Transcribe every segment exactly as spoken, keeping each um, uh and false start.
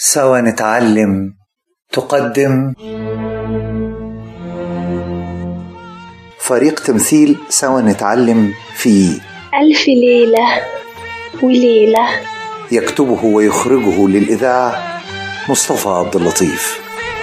سوا نتعلم تقدم فريق تمثيل سوا نتعلم في ألف ليلة وليلة. يكتبه ويخرجه للإذاعة مصطفى عبد اللطيف.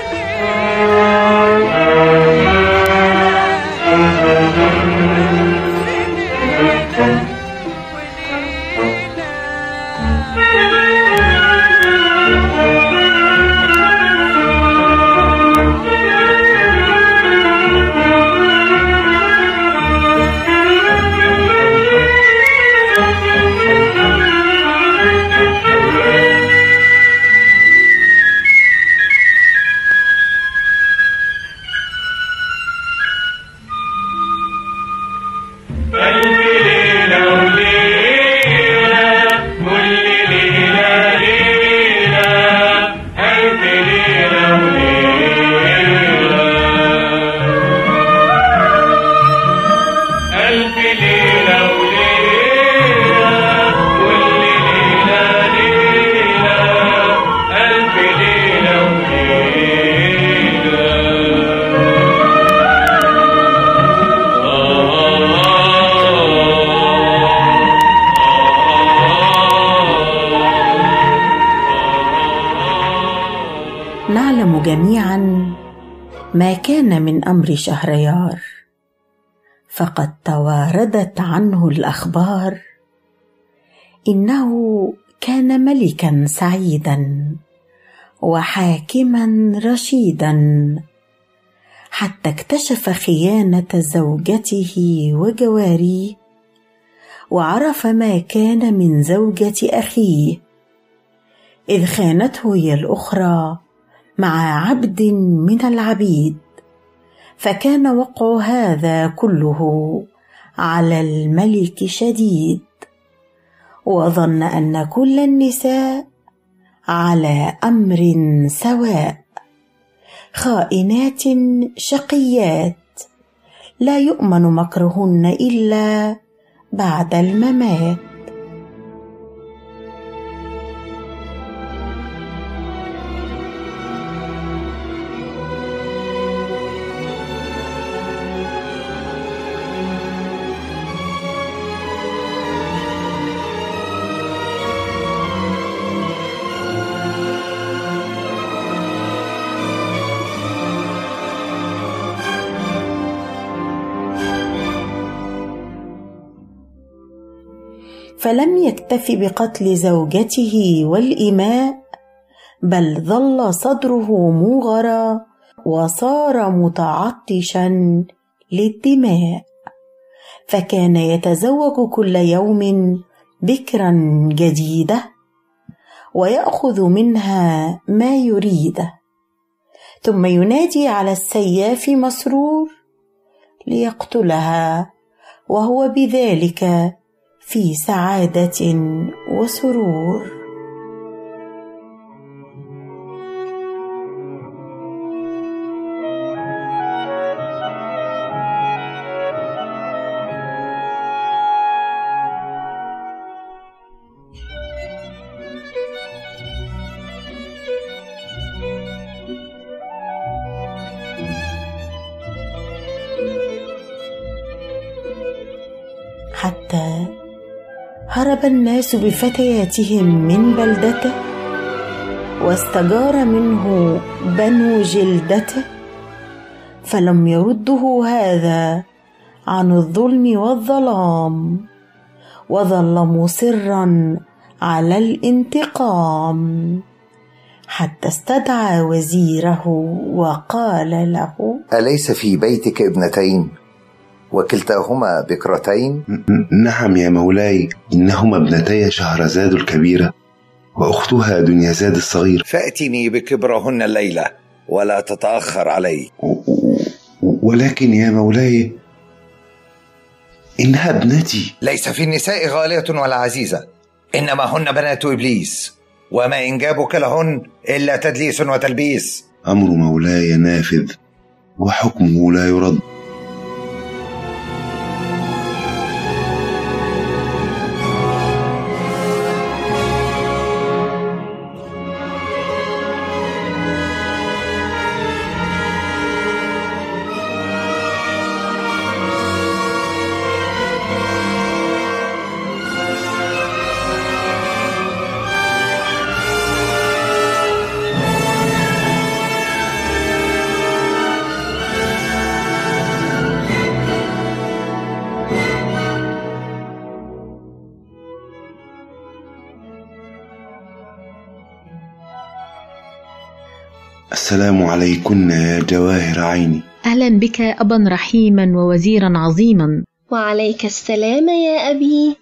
نعلم جميعا ما كان من أمر شهريار، فقد تواردت عنه الأخبار. إنه كان ملكا سعيدا وحاكما رشيدا، حتى اكتشف خيانة زوجته وجواريه، وعرف ما كان من زوجة أخيه، إذ خانته هي الأخرى مع عبد من العبيد. فكان وقع هذا كله على الملك شديد، وظن أن كل النساء على أمر سواء، خائنات شقيات لا يؤمن مكرهن إلا بعد الممات. فلم يكتف بقتل زوجته والإماء، بل ظل صدره موغرا وصار متعطشا للدماء. فكان يتزوج كل يوم بكرا جديدة، ويأخذ منها ما يريده، ثم ينادي على السياف مسرور ليقتلها، وهو بذلك في سعادة وسرور. حتى هرب الناس بفتياتهم من بلدته، واستجار منه بنو جلدته، فلم يرده هذا عن الظلم والظلام، وظل مصرا على الانتقام، حتى استدعى وزيره وقال له: أليس في بيتك ابنتين وكلتاهما بكرتين؟ نعم يا مولاي، إنهما ابنتي شهرزاد الكبيرة وأختها دنيازاد الصغيرة. فأتني بكبرهن الليلة ولا تتأخر علي. ولكن يا مولاي إنها ابنتي. ليس في النساء غالية ولا عزيزة، إنما هن بنات إبليس، وما إنجابك لهن إلا تدليس وتلبيس. أمر مولاي نافذ وحكمه لا يرد. السلام عليكن يا جواهر عيني. أهلا بك أبا رحيما ووزيرا عظيما. وعليك السلام يا أبي.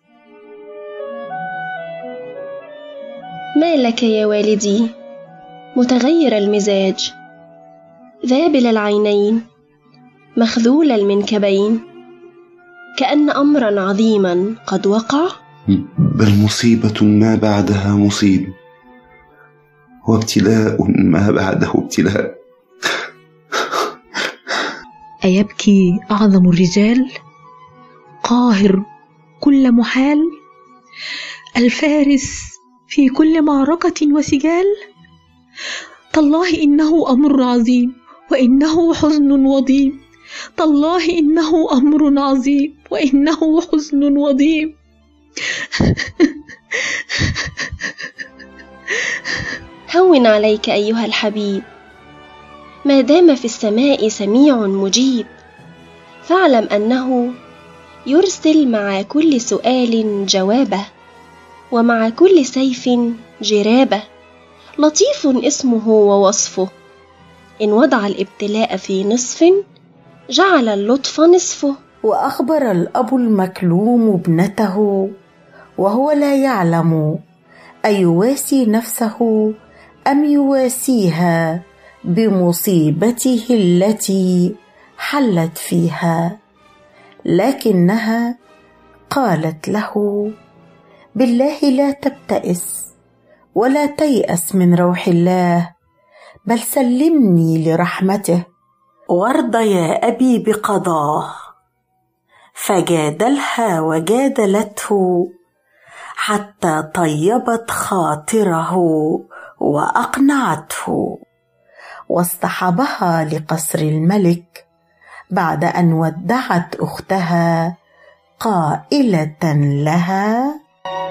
ما لك يا والدي؟ متغير المزاج، ذابل العينين، مخذول المنكبين، كأن أمرا عظيما قد وقع. بل مصيبة ما بعدها مصيبة، وابتلاء ما بعده ابتلاء. أيبكي أعظم الرجال، قاهر كل محال، الفارس في كل معركة وسجال؟ تالله إنه أمر عظيم وإنه حزن وضيم، تالله إنه أمر عظيم وإنه حزن وضيم. هون عليك أيها الحبيب، ما دام في السماء سميع مجيب، فاعلم أنه يرسل مع كل سؤال جوابه، ومع كل سيف جرابه. لطيف اسمه ووصفه، إن وضع الابتلاء في نصف جعل اللطف نصفه. وأخبر الأب المكلوم ابنته وهو لا يعلم أيواسي نفسه أم يواسيها بمصيبته التي حلت فيها، لكنها قالت له: بالله لا تبتئس ولا تيأس من روح الله، بل سلمني لرحمته، وارض يا أبي بقضاه. فجادلها وجادلته حتى طيبت خاطره وأقنعته، واصطحبها لقصر الملك بعد أن ودعت أختها قائلة لها: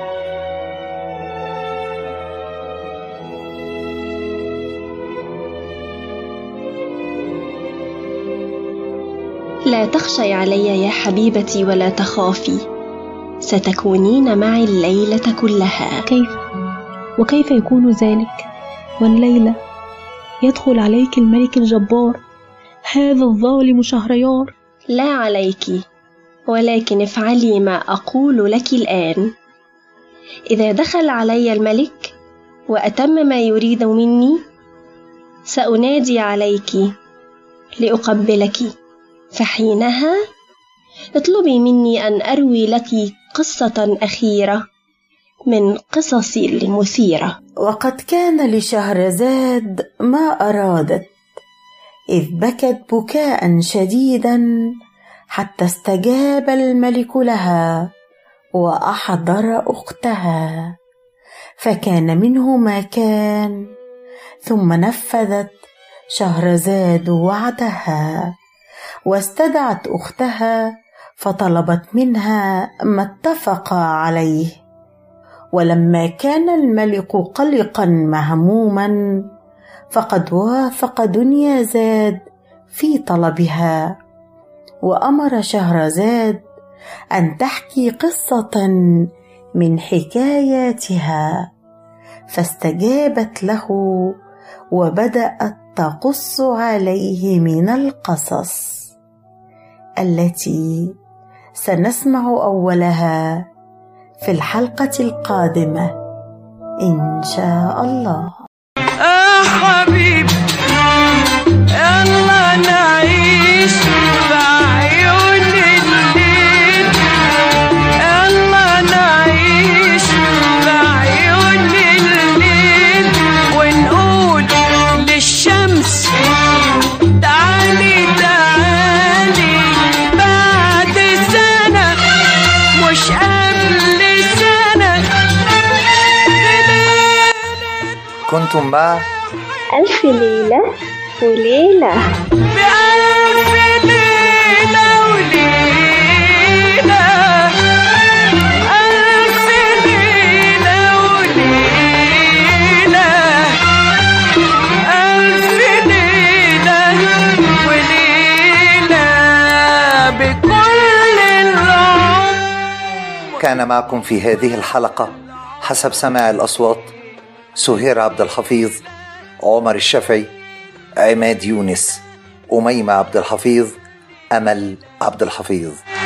لا تخشي علي يا حبيبتي ولا تخافي، ستكونين معي الليلة كلها. كيف؟ وكيف يكون ذلك؟ والليلة يدخل عليك الملك الجبار هذا الظالم شهريار. لا عليك، ولكن افعلي ما أقول لك الآن. إذا دخل علي الملك وأتم ما يريد مني، سأنادي عليك لأقبلك، فحينها اطلبي مني أن أروي لك قصة أخيرة من قصصي المثيرة. وقد كان لشهرزاد ما أرادت، إذ بكت بكاء شديدا حتى استجاب الملك لها وأحضر أختها، فكان منه ما كان. ثم نفذت شهرزاد وعدها واستدعت أختها فطلبت منها ما اتفقا عليه. ولما كان الملك قلقا مهموما فقد وافق دنيازاد في طلبها، وأمر شهرزاد أن تحكي قصة من حكاياتها، فاستجابت له وبدأت تقص عليه من القصص التي سنسمع أولها في الحلقة القادمة إن شاء الله. آه حبيبي يلا نعيش بعيون الليل، يلا نعيش بعيون الليل، ونقول للشمس تعالي تعالي بعد سنة مش قبل سنة. كنتم مع ألف ليلة وليلة. بألف ليلة وليلة، ألف ليلة وليلة، ألف ليلة وليلة بكل العمر. كان معكم في هذه الحلقة حسب سماع الأصوات سهير عبد الحفيظ، عمر الشافعي، عماد يونس، أميمة عبد الحفيظ، أمل عبد الحفيظ.